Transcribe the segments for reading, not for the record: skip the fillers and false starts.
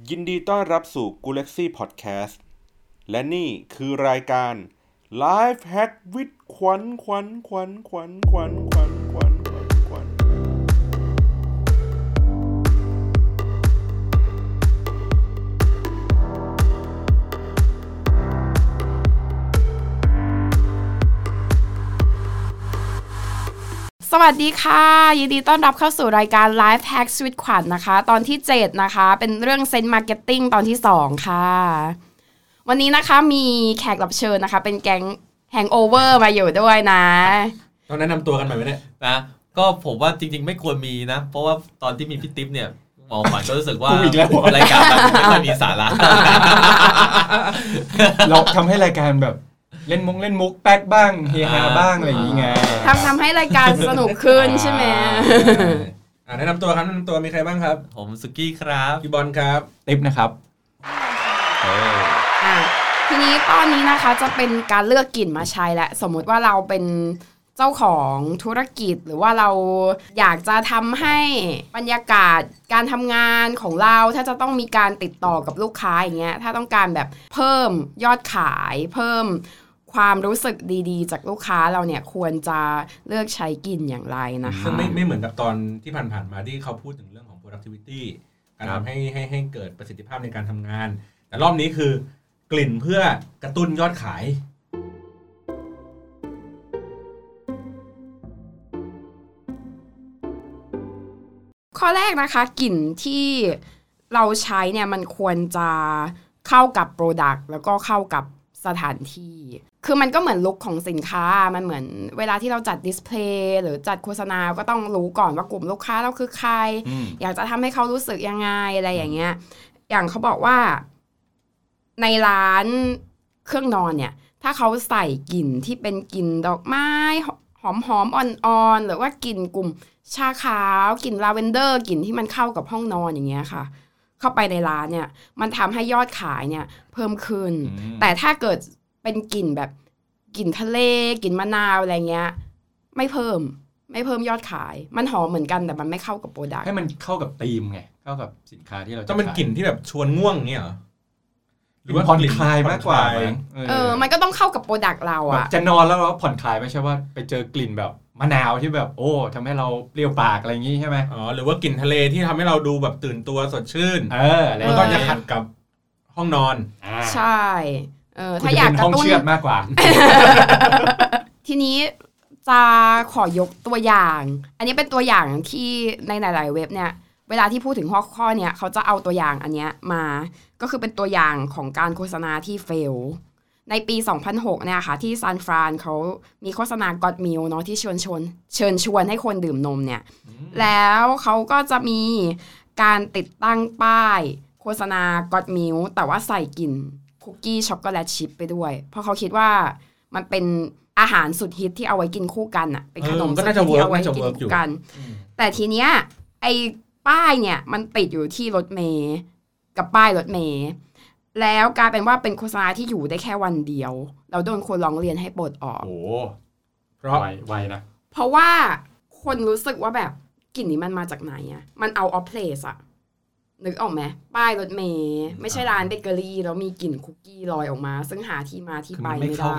ยินดีต้อนรับสู่ Galaxy Podcast และนี่คือรายการ Life Hack with ขวัญสวัสดีค่ะยินดีต้อนรับเข้าสู่รายการ Life Hack with ขวัญนะคะตอนที่7นะคะเป็นเรื่องเซนต์มาร์เก็ตติ้งตอนที่2ค่ะวันนี้นะคะมีแขกรับเชิญนะคะเป็นแก๊งแฮงโอเวอร์มาอยู่ด้วยนะต้องแนะนำตัวกันหน่อยไหมเนี่ยนะก็ผมว่าจริงๆไม่ควรมีนะเพราะว่าตอนที่มีพี่ติ๊บเนี่ยหมอขวัญก็รู้สึกว่ารายการมันไม่ค่อยมีสาระเราทำให้รายการแบบเล่นมุกแป๊กบ้างเฮฮาบ้างอะไรอย่างงี้ไงทำให้รายการสนุกขึ้นใช่ไหมแนะนำตัวครับแนะนำตัวมีใครบ้างครับผมสุกี้ครับพี่บอลครับติ๊บนะครับทีนี้ตอนนี้นะคะจะเป็นการเลือกกลิ่นมาใช้และสมมุติว่าเราเป็นเจ้าของธุรกิจหรือว่าเราอยากจะทำให้บรรยากาศการทำงานของเราถ้าจะต้องมีการติดต่อกับลูกค้าอย่างเงี้ยถ้าต้องการแบบเพิ่มยอดขายเพิ่มความรู้สึกดีๆจากลูกค้าเราเนี่ยควรจะเลือกใช้กลิ่นอย่างไรนะคะซึ่งไม่เหมือนกับตอนที่ผ่านๆมาที่เขาพูดถึงเรื่องของ productivity การทำให้เกิดประสิทธิภาพในการทำงานแต่รอบนี้คือกลิ่นเพื่อกระตุ้นยอดขายข้อแรกนะคะกลิ่นที่เราใช้เนี่ยมันควรจะเข้ากับ product แล้วก็เข้ากับสถานที่คือมันก็เหมือนลุคของสินค้ามันเหมือนเวลาที่เราจัดดิสเพลย์หรือจัดโฆษณาก็ต้องรู้ก่อนว่ากลุ่มลูกค้าเราคือใครอยากจะทำให้เขารู้สึกยังไงอะไรอย่างเงี้ยอย่างเขาบอกว่าในร้านเครื่องนอนเนี่ยถ้าเขาใส่กลิ่นที่เป็นกลิ่นดอกไม้หอมๆอ่อนๆหรือว่ากลิ่นกลุ่มชาขาวกลิ่นลาเวนเดอร์กลิ่นที่มันเข้ากับห้องนอนอย่างเงี้ยค่ะเข้าไปในร้านเนี่ยมันทำให้ยอดขายเนี่ยเพิ่มขึ้นแต่ถ้าเกิดเป็นกลิ่นแบบกลิ่นทะเลกลิ่นมะนาวอะไรเงี้ยไม่เพิ่มยอดขายมันหอมเหมือนกันแต่มันไม่เข้ากับโปรดักต์ให้มันเข้ากับธีมไงเข้ากับสินค้าที่เราจะต้องเป็นกลิ่นที่แบบชวนง่วงเงี้ยเหรอหรือว่าผ่อนคลายมากกว่ามันก็ต้องเข้ากับโปรดักต์เราอะจะนอนแล้วผ่อนคลายไม่ใช่ว่าไปเจอกลิ่นแบบมะนาวที่แบบโอ้ทำให้เราเปรี้ยวปากอะไรอย่างงี้ใช่ไหมหรือว่ากลิ่นทะเลที่ทำให้เราดูแบบตื่นตัวสดชื่นแล้วก็จะขัดกับห้องนอนใช่ถ้าอยากกระตุ้นห้องเชือดมากกว่าทีนี้จะขอยกตัวอย่างอันนี้เป็นตัวอย่างที่ในหลายๆเว็บเนี่ยเวลาที่พูดถึงข้อเนี่ยเขาจะเอาตัวอย่างอันเนี้ยมาก็คือเป็นตัวอย่างของการโฆษณาที่เฟลในปี 2006 เนี่ยค่ะที่ซานฟรานเขามีโฆษณา God Milk เนาะที่เชิญชวนให้คนดื่มนมเนี่ยแล้วเขาก็จะมีการติดตั้งป้ายโฆษณา God Milk แต่ว่าใส่กลิ่นคุกกี้ช็อกโกแลตชิพไปด้วยเพราะเขาคิดว่ามันเป็นอาหารสุดฮิตที่เอาไว้กินคู่กันอ่ะเป็นขนมสุดฮิตที่เอาไว้กินคู่กันแต่ทีเนี้ยไอ้ป้ายเนี่ยมันติดอยู่ที่รถเมล์กับป้ายรถเมล์แล้วกลายเป็นว่าเป็นโฆษณาที่อยู่ได้แค่วันเดียวเราโดนคนร้องเรียนให้ปลดออกโอ้เพราะไวนะเพราะว่าคนรู้สึกว่าแบบกลิ่นนี้มันมาจากไหนอ่ะมันเอาออฟเพลสอ่ะนึกออกไหมป้ายรถเมล์ไม่ใช่ร้านเบเกอรี่แล้วมีกลิ่นคุกกี้ลอยออกมาซึ่งหาที่มาที่ไปไม่ได้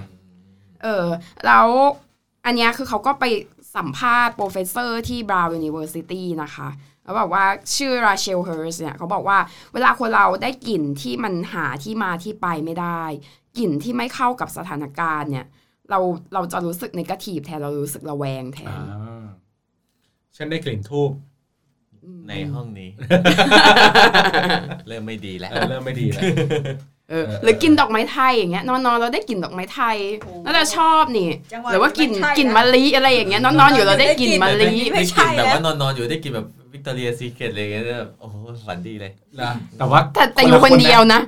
แล้วอันนี้คือเขาก็ไปสัมภาษณ์โปรเฟสเซอร์ที่ Brown University นะคะแล้วบอกว่าชื่อ Rachel Hurst เนี่ยเขาบอกว่าเวลาคนเราได้กลิ่นที่มันหาที่มาที่ไปไม่ได้กลิ่นที่ไม่เข้ากับสถานการณ์เนี่ยเราจะรู้สึกเนกาทีฟแทนเรารู้สึกระแวงแทนฉันได้กลิ่นทูบในห้องนี้ เริ่มไม่ดีแล้วเริ่มไม่ดีแล้วหรือกินดอกไม้ไทยอย่างเงี้ยนอนๆเราได้กลิ่นดอกไม้ไทยน่าจะชอบนี่หรือว่ากินมะลิอะไรอย่างเงี้ยนอนๆอยู่เราได้กลิ่นมะลิไม่ใช่แบบว่านอนๆอยู่ได้กลิ่นแบบวิกตอเรียซีเคร็ตอะไรเงี้ยโอ้โหฝันดีเลยแต่ว่าแต่อยู่คนเดียวนะ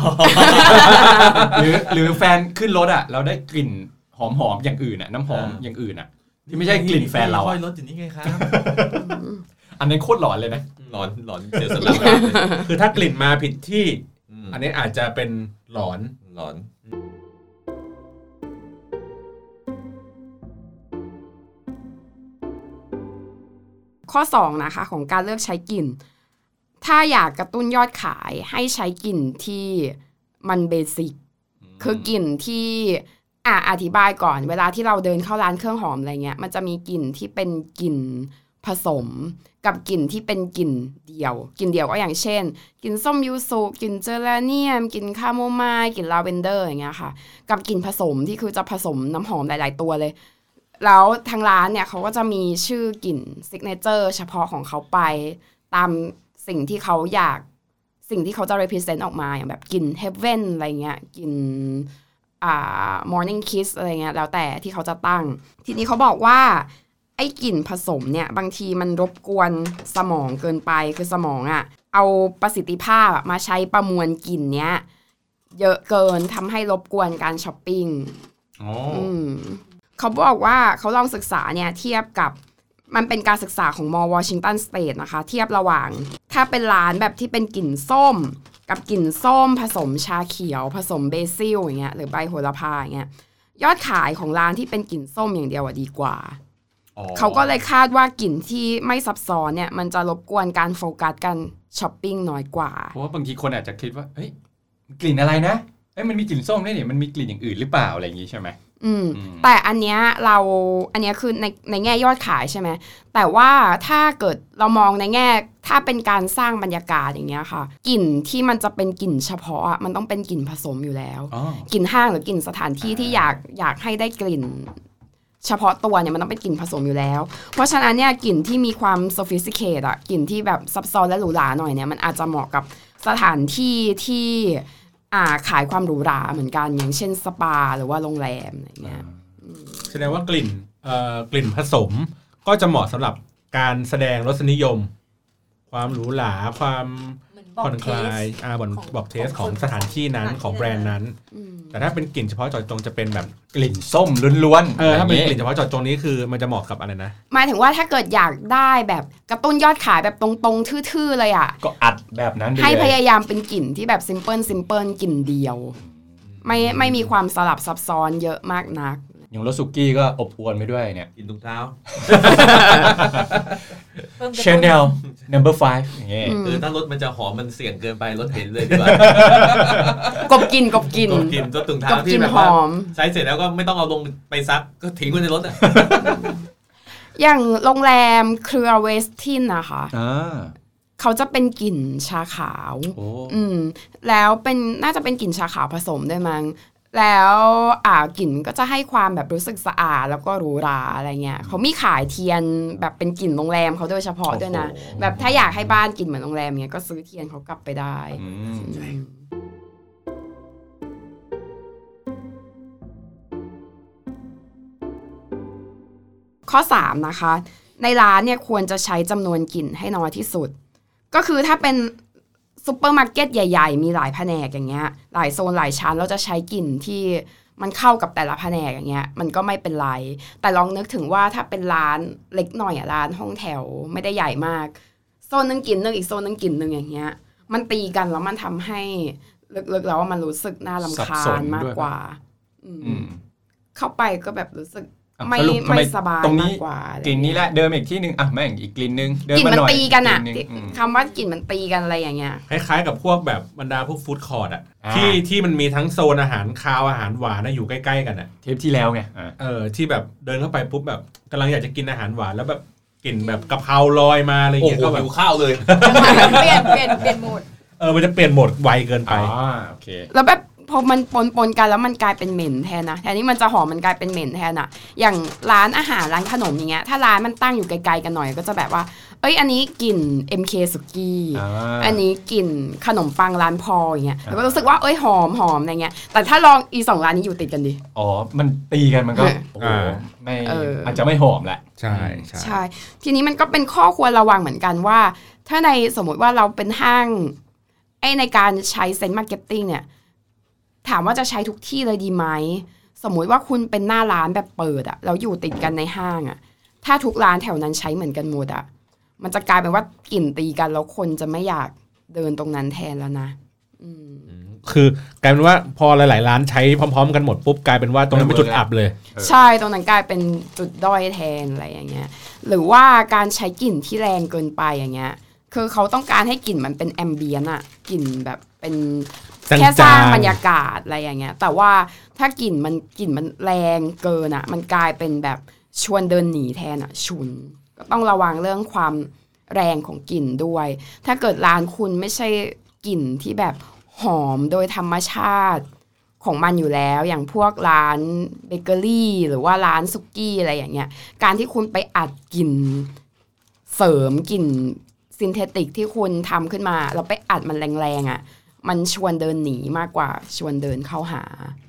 หรือแฟนขึ้นรถอ่ะเราได้กลิ่นหอมๆอย่างอื่นอ่ะน้ำหอมอย่างอื่นอ่ะที่ไม่ใช่กลิ่นแฟนเราค่อยรถอยู่นี่ไงครับอันนี้โคตรหลอนเลยนะหลอนเสียสละคือถ้ากลิ่นมาผิดที่อันนี้อาจจะเป็นหลอนข้อ2นะคะของการเลือกใช้กลิ่นถ้าอยากกระตุ้นยอดขายให้ใช้กลิ่นที่มันเบสิกคือกลิ่นที่อธิบายก่อนเวลาที่เราเดินเข้าร้านเครื่องหอมอะไรเงี้ยมันจะมีกลิ่นที่เป็นกลิ่นผสมกับกลิ่นที่เป็นกลิ่นเดี่ยวกลิ่นเดี่ยวก็อย่างเช่นกลิ่นส้มยูสุกลิ่นเจอราเนียมกลิ่นคาโมไมล์กลิ่นลาเวนเดอร์อย่างเงี้ยค่ะกับกลิ่นผสมที่คือจะผสมน้ำหอมหลายๆตัวเลยแล้วทางร้านเนี่ยเขาก็จะมีชื่อกลิ่นซิกเนเจอร์เฉพาะของเขาไปตามสิ่งที่เขาอยากสิ่งที่เขาจะ represent ออกมาอย่างแบบกลิ่น heaven อะไรเงี้ยกลิ่นmorning kiss อะไรเงี้ยแล้วแต่ที่เขาจะตั้งทีนี้เขาบอกว่าไอ้กลิ่นผสมเนี่ยบางทีมันรบกวนสมองเกินไปคือสมองเอาประสิทธิภาพมาใช้ประมวลกลิ่นเนี้ยเยอะเกินทำให้รบกวนการช้อปปิ้งเขาบอกว่าเขาลองศึกษาเนี่ยเทียบกับมันเป็นการศึกษาของมอวอชิงตันสเตทนะคะเทียบระหว่างถ้าเป็นร้านแบบที่เป็นกลิ่นส้มกับกลิ่นส้มผสมชาเขียวผสมเบซิลอย่างเงี้ยหรือใบโหระพาอย่างเงี้ยยอดขายของร้านที่เป็นกลิ่นส้มอย่างเดียวดีกว่าเขาก็เลยคาดว่ากลิ่นที่ไม่ซับซ้อนเนี่ยมันจะรบกวนการโฟกัสการช้อปปิ้งน้อยกว่าเพราะว่าบางทีคนอาจจะคิดว่าเฮ้ยกลิ่นอะไรนะมันมีกลิ่นส้มด้วยนี่มันมีกลิ่นอย่างอื่นหรือเปล่าอะไรอย่างงี้ใช่ไหมแต่อันเนี้ยคือในแง่ยอดขายใช่ไหมแต่ว่าถ้าเกิดเรามองในแง่ถ้าเป็นการสร้างบรรยากาศอย่างเงี้ยค่ะกลิ่นที่มันจะเป็นกลิ่นเฉพาะมันต้องเป็นกลิ่นผสมอยู่แล้วกลิ่นห้างหรือกลิ่นสถานที่ที่อยากให้ได้กลิ่นเฉพาะตัวเนี่ยมันต้องเป็นกลิ่นผสมอยู่แล้วเพราะฉะนั้นเนี่ยกลิ่นที่มีความ sophisticate กลิ่นที่แบบซับซ้อนและหรูหราหน่อยเนี่ยมันอาจจะเหมาะกับสถานที่ที่ขายความหรูหราเหมือนกันอย่างเช่นสปาหรือว่าโรงแรมอะไรเงี้ยแสดงว่ากลิ่นผสมก็จะเหมาะสำหรับการแสดงรสนิยมความหรูหราความผ่อนคลายบอกเทสของสถานที่นั้นของแบรนด์นั้นแต่ถ้าเป็นกลิ่นเฉพาะเจาะจงจะเป็นแบบกลิ่นส้มล้วนๆถ้าเป็นกลิ่นเฉพาะเจาะจงนี้คือมันจะเหมาะกับอะไรนะหมายถึงว่าถ้าเกิดอยากได้แบบกระตุ้นยอดขายแบบตรงๆทื่อๆเลยก็อัดแบบนั้นให้พยายามเป็นกลิ่นที่แบบซิมเปิลกลิ่นเดียวไม่มีความสลับซับซ้อนเยอะมากนักอย่างรสสุกี้ก็อบอวลไปด้วยเนี่ยกลิ่นถุงเท้า Chanel No. 5อย่างเงี้ยถ้ารถมันจะหอมมันเสี่ยงเกินไปรถเห็นเลยดีกว่ากบกินรถถุงเท้าที่แบบว่าใช้เสร็จแล้วก็ไม่ต้องเอาลงไปซักก็ทิ้งไว้ในรถอย่างโรงแรมเครือเวสตินนะคะเขาจะเป็นกลิ่นชาขาวแล้วน่าจะเป็นกลิ่นชาขาวผสมด้วยมั้งแล้วกลิ่นก็จะให้ความแบบรู้สึกสะอาดแล้วก็หรูหราอะไรเงี้ยเขามีขายเทียนแบบเป็นกลิ่นโรงแรมเขาโดยเฉพาะด้วยนะแบบถ้าอยากให้บ้านกลิ่นเหมือนโรงแรมเงี้ยก็ซื้อเทียนเขากลับไปได้ข้อ3นะคะในร้านเนี่ยควรจะใช้จำนวนกลิ่นให้น้อยที่สุดก็คือถ้าเป็นซุปเปอร์มาร์เก็ตใหญ่ๆมีหลายแผนกอย่างเงี้ยหลายโซนหลายชั้นเราจะใช้กลิ่นที่มันเข้ากับแต่ละแผนกอย่างเงี้ยมันก็ไม่เป็นไรแต่ลองนึกถึงว่าถ้าเป็นร้านเล็กหน่อยร้านห้องแถวไม่ได้ใหญ่มากโซนนึงกลิ่นนึงอีกโซนนึงกลิ่นนึงอย่างเงี้ยมันตีกันแล้วมันทำให้ลึกๆแล้วว่ามันรู้สึกน่ารำคาญมากกว่าเข้าไปก็แบบรู้สึกไม่สบายมากกว่ากลิ่นนี้แหละเดิมอีกที่นึงแม่งอีกกลิ่นนึงกลิ่นมันตีกันคำว่ากลิ่นมันตีกันอะไรอย่างเงี้ยคล้ายๆกับพวกแบบบรรดาพวกฟู้ดคอร์ทที่มันมีทั้งโซนอาหารคาวอาหารหวานอยู่ใกล้ๆกันเทปที่แล้วไงที่แบบเดินเข้าไปปุ๊บแบบกำลังอยากจะกินอาหารหวานแล้วแบบกลิ่นแบบกะเพราลอยมาอะไรอย่างเงี้ยก็แบบหิวข้าวเลยเปลี่ยนโหมดมันจะเปลี่ยนโหมดไวเกินไปโอเคแล้วแบบพอมันปนกันแล้วมันกลายเป็นเหม็นแทนนะแทนที่มันจะหอมมันกลายเป็นเหม็นแทนอะอย่างร้านอาหารร้านขนมอย่างเงี้ยถ้าร้านมันตั้งอยู่ไกลๆกันหน่อยก็จะแบบว่าอันนี้กลิ่น MK สุกี้อันนี้กลิ่นขนมปังร้านพออย่างเงี้ยแล้วก็รู้สึกว่าหอมอะไรเงี้ยแต่ถ้าลองอี2ร้านนี้อยู่ติดกันดิมันตีกันมันก็ไม่อาจจะไม่หอมแหละใช่ทีนี้มันก็เป็นข้อควรระวังเหมือนกันว่าถ้าในสมมติว่าเราเป็นห้างในการใช้เซ็นต์มาร์เก็ตติ้งเนี่ยถามว่าจะใช้ทุกที่เลยดีไหมสมมุติว่าคุณเป็นหน้าร้านแบบเปิดแล้วอยู่ติดกันในห้างถ้าทุกร้านแถวนั้นใช้เหมือนกันหมดมันจะกลายเป็นว่ากลิ่นตีกันแล้วคนจะไม่อยากเดินตรงนั้นแทนแล้วนะคือกลายเป็นว่าพอหลายๆร้านใช้พร้อมๆกันหมดปุ๊บกลายเป็นว่าตรงนั้นเป็นจุดอับเลยใช่ตรงนั้นกลายเป็นจุดด้อยแทนอะไรอย่างเงี้ยหรือว่าการใช้กลิ่นที่แรงเกินไปอย่างเงี้ยคือเขาต้องการให้กลิ่นมันเป็นแอมเบียนอะกลิ่นแบบเป็นแค่สร้างบรรยากาศอะไรอย่างเงี้ยแต่ว่าถ้ากลิ่นมันแรงเกินอะมันกลายเป็นแบบชวนเดินหนีแทนอะฉุนก็ต้องระวังเรื่องความแรงของกลิ่นด้วยถ้าเกิดร้านคุณไม่ใช่กลิ่นที่แบบหอมโดยธรรมชาติของมันอยู่แล้วอย่างพวกร้านเบเกอรี่หรือว่าร้านซุกี้อะไรอย่างเงี้ยการที่คุณไปอัดกลิ่นเสริมกลิ่นซินเทติกที่คุณทำขึ้นมาแล้วไปอัดมันแรงๆอ่ะมันชวนเดินหนีมากกว่าชวนเดินเข้าหา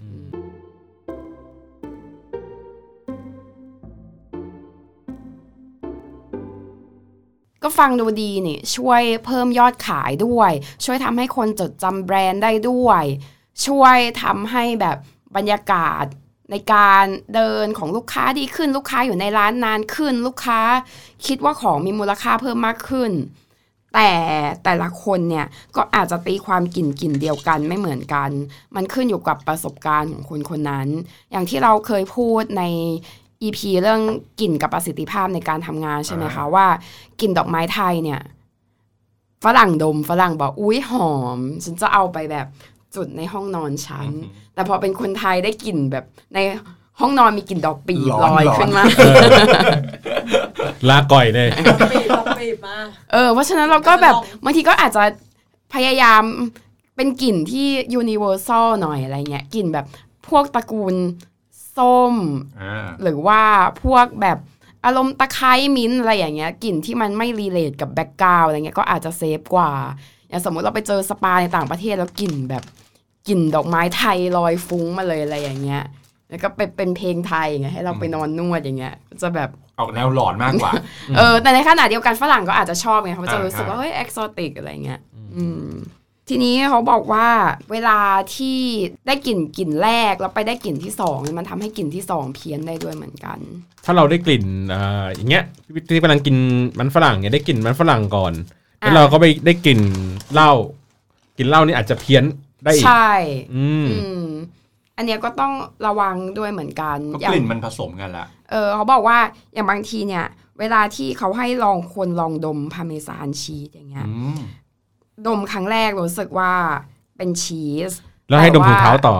ก็ฟังดูดีนี่ช่วยเพิ่มยอดขายด้วยช่วยทำให้คนจดจำแบรนด์ได้ด้วยช่วยทำให้แบบบรรยากาศในการเดินของลูกค้าดีขึ้นลูกค้าอยู่ในร้านนานขึ้นลูกค้าคิดว่าของมีมูลค่าเพิ่มมากขึ้นแต่ละคนเนี่ยก็อาจจะตีความกลิ่นเดียวกันไม่เหมือนกันมันขึ้นอยู่กับประสบการณ์ของคนคนนั้นอย่างที่เราเคยพูดใน EP เรื่องกลิ่นกับประสิทธิภาพในการทำงานใช่ไหมคะว่ากลิ่นดอกไม้ไทยเนี่ยฝรั่งดมฝรั่งบอกอุ๊ยหอมฉันจะเอาไปแบบจุดในห้องนอนฉันแต่พอเป็นคนไทยได้กลิ่นแบบในห้องนอนมีกลิ่นดอกปีบลอยขึ้นมาลาก่อยเลยดอกปีบมาเพราะฉะนั้นเราก็แบบบางทีก็อาจจะพยายามเป็นกลิ่นที่ universal หน่อยอะไรเงี้ยกลิ่นแบบพวกตระกูลส้มหรือว่าพวกแบบอารมณ์ตะไคร้มิ้นอะไรอย่างเงี้ยกลิ่นที่มันไม่รีเลทกับแบ็คกราวด์อะไรเงี้ยก็อาจจะเซฟกว่าอย่างสมมติเราไปเจอสปาในต่างประเทศแล้วกลิ่นแบบกลิ่นดอกไม้ไทยลอยฟุ้งมาเลยอะไรอย่างเงี้ยแล้วก็เป็นเพลงไทยอย่างเงี้ยให้เราไปนอนนวดอย่างเงี้ยจะแบบออกแนวหลอนมากกว่าแต่ในขณะเดียวกันฝรั่งก็อาจจะชอบไงเขาจะรู้สึกว่าเฮ้ยเอกโซติกอะไรเงี้ยทีนี้เขาบอกว่าเวลาที่ได้กลิ่นแรกแล้วไปได้กลิ่นที่2มันทำให้กลิ่นที่2เพี้ยนได้ด้วยเหมือนกันถ้าเราได้กลิ่นอย่างเงี้ยที่กำลังกินมันฝรั่งเนี่ยได้กลิ่นมันฝรั่งก่อนแล้วเราก็ไปได้กลิ่นเหล้ากลิ่นเหล้านี่อาจจะเพี้ยนได้อีกใช่อันเนี้ยก็ต้องระวังด้วยเหมือนกันกลิ่นมันผสมกันละเขาบอกว่าอย่างบางทีเนี่ยเวลาที่เขาให้คนลองดมพาเมซานชีสอย่างเงี้ยดมครั้งแรกรู้สึกว่าเป็นชีสแล้วให้ดมถุงเท้าต่อ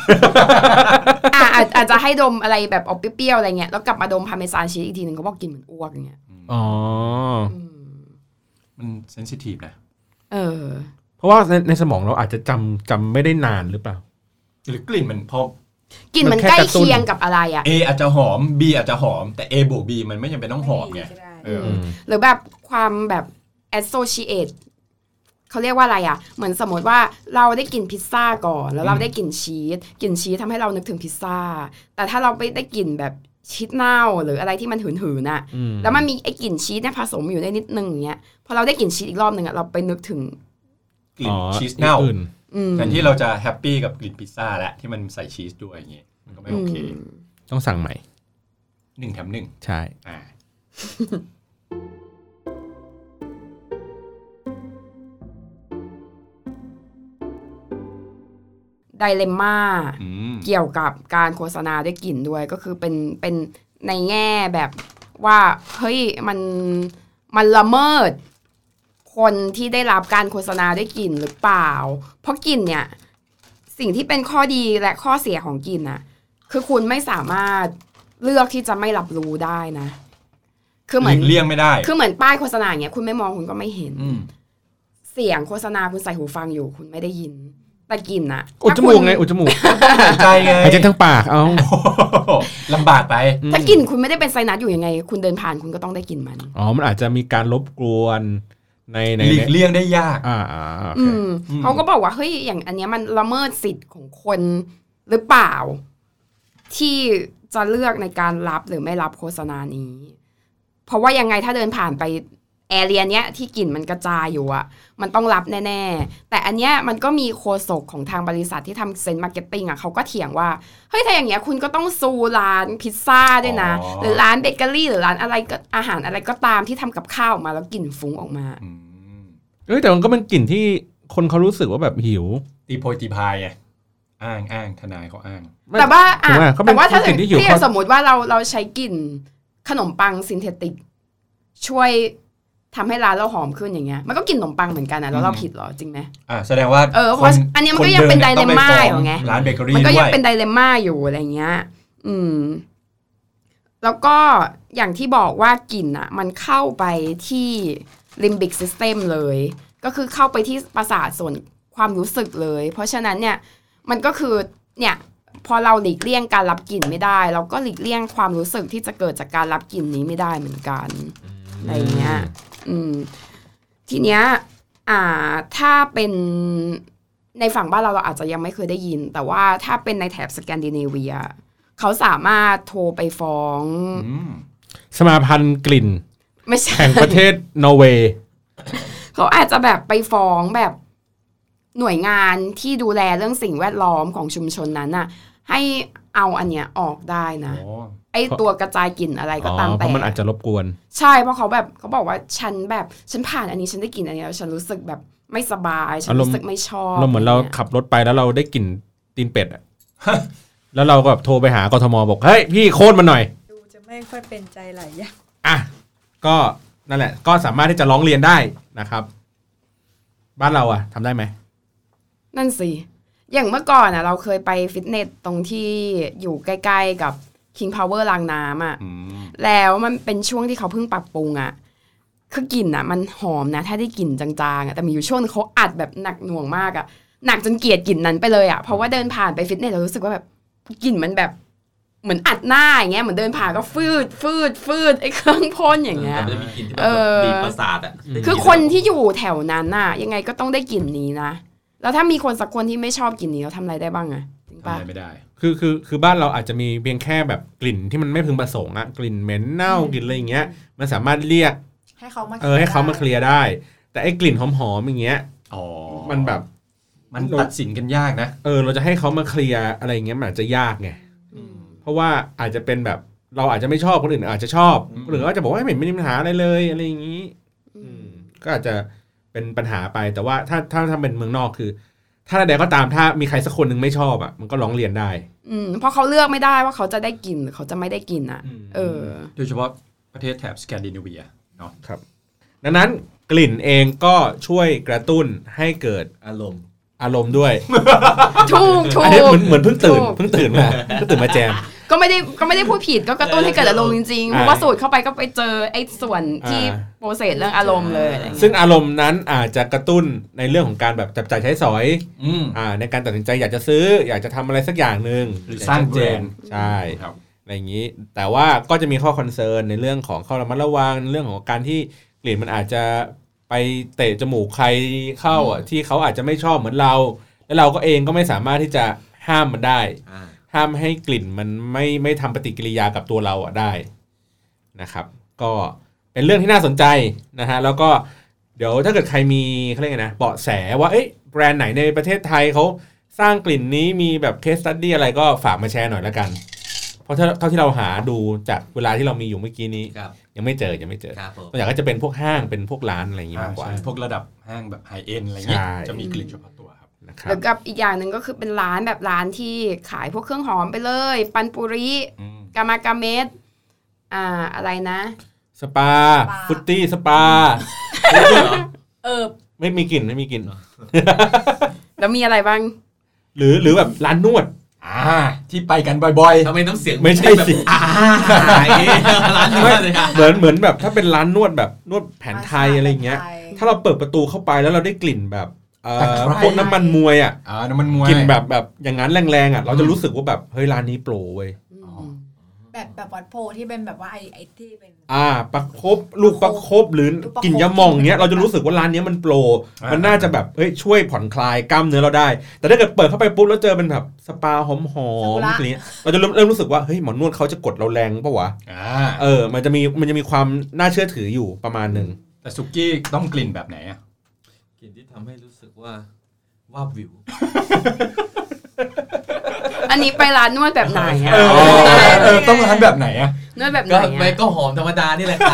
อาจจะให้ดมอะไรแบบออกเปรี้ยวๆอะไรเงี้ยแล้วกลับมาดมพาเมซานชีสอีกทีนึงเขาบอกกินเหมือนอ้วกอย่างเงี้ยมันเซนซิทีฟนะเพราะว่าในสมองเราอาจจะจำไม่ได้นานหรือเปล่าหรือกลิ่นมันพอกลิ่นมันใกล้เคียงกับอะไรอ่ะ A อาจจะหอม B อาจจะหอมแต่ A บวก B มันไม่จำเป็นต้องหอมไงหรือแบบความแบบ associate เขาเรียกว่าอะไรอ่ะเหมือนสมมติว่าเราได้กินพิซซ่าก่อนแล้วเราได้กลิ่นชีสทำให้เรานึกถึงพิซซ่าแต่ถ้าเราไปได้กลิ่นแบบชีสเน่าหรืออะไรที่มันหืนๆน่ะแล้วมันมีไอ้กลิ่นชีสเนี่ยผสมอยู่ในนิดนึงอย่างเงี้ยพอเราได้กลิ่นชีสอีกรอบนึงอ่ะเราไปนึกถึงกลิ่นชีสเน่าแทนที่เราจะแฮปปี้กับกลิ่นพิซซ่าและที่มันใส่ชีสด้วยอย่างเงี้ยมันก็ไม่โอเคต้องสั่งใหม่1 แถม 1ใช่ไดเลมม่าเกี่ยวกับการโฆษณาด้วยกลิ่นด้วยก็คือเป็นในแง่แบบว่าเฮ้ยมันละเมิดคนที่ได้รับการโฆษณาด้วยกลิ่นหรือเปล่าเพราะกลิ่นเนี่ยสิ่งที่เป็นข้อดีและข้อเสียของกลิ่นน่ะคือคุณไม่สามารถเลือกที่จะไม่รับรู้ได้นะคือเหมือนเลี่ยงไม่ได้คือเหมือนป้ายโฆษณาอย่างเงี้ยคุณไม่มองคุณก็ไม่เห็นเสียงโฆษณาคุณใส่หูฟังอยู่คุณไม่ได้ยินแต่กลิ่นน่ะอุดจมูกไงอุดจมูกหายใจไงหายใจทั้งปากเอาลำบากไปถ้ากลิ่นคุณไม่ได้เป็นไซนัสอยู่ยังไงคุณเดินผ่านคุณก็ต้องได้กลิ่นมันมันอาจจะมีการรบกวนในหลีกเลี่ยงได้ยากเขาก็บอกว่าเฮ้ยอย่างอันเนี้ยมันละเมิดสิทธิ์ของคนหรือเปล่าที่จะเลือกในการรับหรือไม่รับโฆษณานี้เพราะว่ายังไงถ้าเดินผ่านไปแอเรียเนี้ยที่กลิ่นมันกระจายอยู่อ่ะมันต้องรับแน่ๆแต่อันเนี้ยมันก็มีโฆษกของทางบริษัทที่ทำเซนต์มาร์เก็ตติ้งอ่ะเขาก็เถียงว่าเฮ้ยถ้าอย่างเงี้ยคุณก็ต้องซูร้านพิซซ่าด้วยนะหรือร้านเบเกอรี่หรือร้านอะไรก็อาหารอะไรก็ตามที่ทำกับข้าวออกมาแล้วกลิ่นฟุ้งออกมาแต่มันก็เป็นกลิ่นที่คนเขารู้สึกว่าแบบหิวตีโพยตีพายไงอ้างทนายเขาอ้างแต่ว่าถ้าสมมติว่าเราใช้กลิ่นขนมปังซินเทติกช่วยทำให้ร้านเราหอมขึ้นอย่างเงี้ยมันก็กินขนมปังเหมือนกันนะแล้วเราผิดเหรอจริงไหมแสดงว่าเพราะอันนี้มันก็ยังเป็นไดเลมม่าอยู่ไงร้านเบเกอรี่มันก็ยังเป็นไดเลมม่าอยู่อะไรเงี้ยแล้วก็อย่างที่บอกว่ากลิ่นอ่ะมันเข้าไปที่limbic system เลยก็คือเข้าไปที่ประสาทส่วนความรู้สึกเลยเพราะฉะนั้นเนี่ยมันก็คือเนี่ยพอเราหลีกเลี่ยงการรับกลิ่นไม่ได้เราก็หลีกเลี่ยงความรู้สึกที่จะเกิดจากการรับกลิ่นนี้ไม่ได้เหมือนกันอะไรเงี้ยทีเนี้ยถ้าเป็นในฝั่งบ้านเราอาจจะยังไม่เคยได้ยินแต่ว่าถ้าเป็นในแถบสแกนดิเนเวียเขาสามารถโทรไปฟ้องสมาพันธ์กลิ่นไม่ใช่แห่งประเทศนอร์เวย์เขาอาจจะแบบไปฟ้องแบบหน่วยงานที่ดูแลเรื่องสิ่งแวดล้อมของชุมชนนั้นน่ะให้เอาอันเนี้ยออกได้นะไอตัวกระจายกลิ่นอะไรก็ตามแต่เพราะมันอาจจะรบกวนใช่เพราะเขาบอกว่าฉันผ่านอันนี้ฉันได้กลิ่นอันนี้แล้วฉันรู้สึกแบบไม่สบายฉันรู้สึกไม่ชอบเราเหมือนเราขับรถไปแล้วเราได้กลิ่นตีนเป็ดอ่ะ แล้วเราก็แบบโทรไปหากทมบอกเฮ้ยพี่โค่นมาหน่อยดูจะไม่ค่อยเป็นใจหลายอย่างก็นั่นแหละก็สามารถที่จะร้องเรียนได้นะครับบ้านเราทำได้ไหมนั่นสิอย่างเมื่อก่อนเราเคยไปฟิตเนสตรงที่อยู่ใกล้ๆกับ King Power รางน้ำแล้วมันเป็นช่วงที่เขาเพิ่งปรับปรุงคือกลิ่นมันหอมนะถ้าได้กลิ่นจางๆแต่มีอยู่ช่วงนึงเขาอัดแบบหนักหน่วงมากหนักจนเกลียดกลิ่นนั้นไปเลยเพราะว่าเดินผ่านไปฟิตเนสเรารู้สึกว่าแบบกลิ่นมันแบบเหมือนอัดหน้าอย่างเงี้ยเหมือนเดินผ่านก็ฟืดไอ้เครื่องพ่นอย่างเงี้ยมันจะมีกลิ่นที่แบบบีบประสาทคือคนที่อยู่แถวนั้นยังไงก็ต้องได้กลิ่นนี้นะแล้วถ้ามีคนสักคนที่ไม่ชอบกลิ่นนี้เราทำอะไรได้บ้างจริงป่ะไม่ได้คือบ้านเราอาจจะมีเพียงแค่แบบกลิ่นที่มันไม่พึงประสงค์กลิ่นเหม็นเน่ากลิ่นอะไรอย่างเงี้ยมันสามารถเรียกให้เขามาเคลียร์ได้แต่ไอ้กลิ่นหอมๆอย่างเงี้ยมันแบบมันตัดสินกันยากนะเราจะให้เขามาเคลียร์อะไรอย่างเงี้ยมันอาจจะยากไงเพราะว่าอาจจะเป็นแบบเราอาจจะไม่ชอบคนอื่นอาจจะชอบคนอื่นก็จะบอกว่าไม่มีปัญหาอะไรเลยอะไรอย่างงี้ก็อาจจะเป็นปัญหาไปแต่ว่าถ้าเป็นเมืองนอกคือถ้าใดก็ตามถ้ามีใครสักคนนึงไม่ชอบมันก็ร้องเรียนได้เพราะเขาเลือกไม่ได้ว่าเขาจะได้กินหรือเขาจะไม่ได้กินโดยเฉพาะประเทศแถบสแกนดิเนเวียเนาะครับดังนั้นกลิ่นเองก็ช่วยกระตุ้นให้เกิดอารมณ์ด้วยถูกอันนี้เหมือนเพิ่งตื่นมาแจมก็ไม่ได้พูดผิดก็กระตุ้นให้เกิดอารมณ์จริงๆเพราะว่าสูดเข้าไปก็ไปเจอไอ้ส่วนที่โปรเซสเรื่องอารมณ์เลยซึ่งอารมณ์นั้นอาจจะกระตุ้นในเรื่องของการแบบจับจ่ายใช้สอยในการตัดสินใจอยากจะซื้ออยากจะทำอะไรสักอย่างนึงหรือสร้างแบรนด์ใช่อะไรอย่างนี้แต่ว่าก็จะมีข้อคอนเซิร์นในเรื่องของข้อระมัดระวังเรื่องของการที่กลิ่นมันอาจจะไปเตะจมูกใครเข้าที่เขาอาจจะไม่ชอบเหมือนเราแล้วเราก็เองก็ไม่สามารถที่จะห้ามมันได้ห้ามให้กลิ่นมันไม่ทำปฏิกิริยากับตัวเราได้นะครับก็เป็นเรื่องที่น่าสนใจนะฮะแล้วก็เดี๋ยวถ้าเกิดใครมีเขาเรียกไงนะเบาะแสว่าแบรนด์ไหนในประเทศไทยเขาสร้างกลิ่นนี้มีแบบเคสสตั๊ดดี้อะไรก็ฝากมาแชร์หน่อยละกันเพราะเท่าที่เราหาดูจากเวลาที่เรามีอยู่เมื่อกี้นี้ยังไม่เจอตัวอย่างก็จะเป็นพวกห้างเป็นพวกร้านอะไรอย่างงี้มากกว่าพวกระดับห้างแบบไฮเอ็นด์อะไรเงี้ยจะมีกลิ่นเฉพาะตัวแล้วกับอีกอย่างหนึ่งก็คือเป็นร้านแบบร้านที่ขายพวกเครื่องหอมไปเลยปันปุริกามากาเมสอะไรนะสปาฟุตตี้สปาไม่มีกลิ่นแล้วมีอะไรบ้างหรือแบบร้านนวดที่ไปกันบ่อยๆทำไมต้องเสียงไม่ใช่สิร้านนวดเลยค่ะเหมือนแบบถ้าเป็นร้านนวดแบบนวดแผนไทยอะไรเงี้ยถ้าเราเปิดประตูเข้าไปแล้วเราได้กลิ่นแบบพวกน้ำมันมวยน้ำมันมวยกลิ่นแบบอย่างนั้นแรงๆเราจะรู้สึกว่าแบบเฮ้ยร้านนี้โปรเว้ยแบบวัดโพที่เป็นแบบว่าไอ้ที่เป็นประคบลูกประคบหรือกลิ่นยาหม่องเงี้ยเราจะรู้สึกว่าร้านนี้มันโปรมันน่าจะแบบช่วยผ่อนคลายกล้ามเนื้อเราได้แต่ถ้าเกิดเปิดเข้าไปปุ๊บแล้วเจอเป็นแบบสปาหอมๆอะไรเงี้ยเราจะเริ่มรู้สึกว่าเฮ้ยหมอนวดเขาจะกดเราแรงป่ะวะมันจะมีความน่าเชื่อถืออยู่ประมาณนึงแต่สุกี้ต้องกลิ่นแบบไหนกลิ่นที่ทำให้รู้สึกว่าวาบวิวอันนี้ไปร้านนวดแบบไหนต้องร้านแบบไหนนวดแบบไหนไม่ก็หอมธรรมดานี่แหละ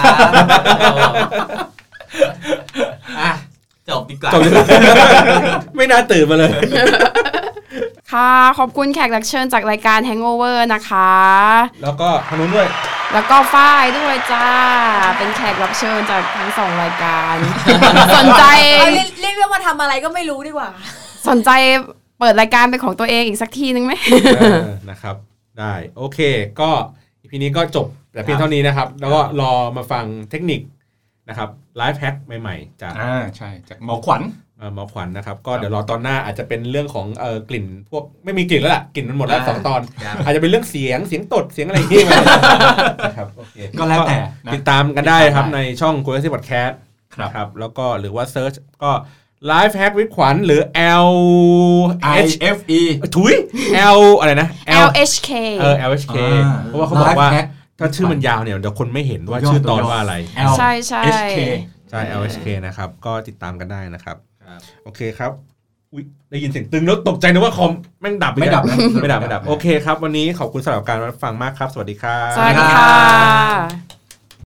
ครับจบดีกว่าไม่น่าตื่นมาเลยค่ะขอบคุณแขกรับเชิญจากรายการ Hangover นะคะแล้วก็ทางนู้นด้วยแล้วก็ฝ้ายด้วยจ้าเป็นแขกรับเชิญจากทั้ง2รายการสนใจเรียกว่ามาทำอะไรก็ไม่รู้ดีกว่าสนใจเปิดรายการเป็นของตัวเองอีกสักทีนึงไหมนะครับได้โอเคก็อีพีนี้ก็จบแต่เพียงเท่านี้นะครับแล้วก็รอมาฟังเทคนิคนะครับไลฟ์แฮ็กใหม่ๆจากใช่จากหมอขวัญนะครับก็เดี๋ยวรอตอนหน้าอาจจะเป็นเรื่องของกลิ่นพวกไม่มีกลิ่นแล้วล่ะกลิ่นมันหมดแล้ว2ตอนอาจจะเป็นเรื่องเสียงตดเสียงอะไรอย่างเงี้ยนะครับโอเคก็แล้วแต่ติดตามกันได้ครับในช่อง Quality Podcast ครับแล้วก็หรือว่าเซิร์ชก็ Life Hack with ขวัญหรือ LHFE ถุย L อะไรนะ LHK LHK เพราะว่าเขาบอกว่าถ้าชื่อมันยาวเนี่ยเดี๋ยวคนไม่เห็นว่าชื่อตอนว่าอะไรใช่ใช่ LHK นะครับก็ติดตามกันได้นะครับโอเคครับอุ๊ยได้ยินเสียงตึงแล้วตกใจนึกว่าคอมแม่งดับไม่ดับโอเคครับวันนี้ขอบคุณสำหรับการรับฟังมากครับสวัสดีครับสวัสดีค่ะ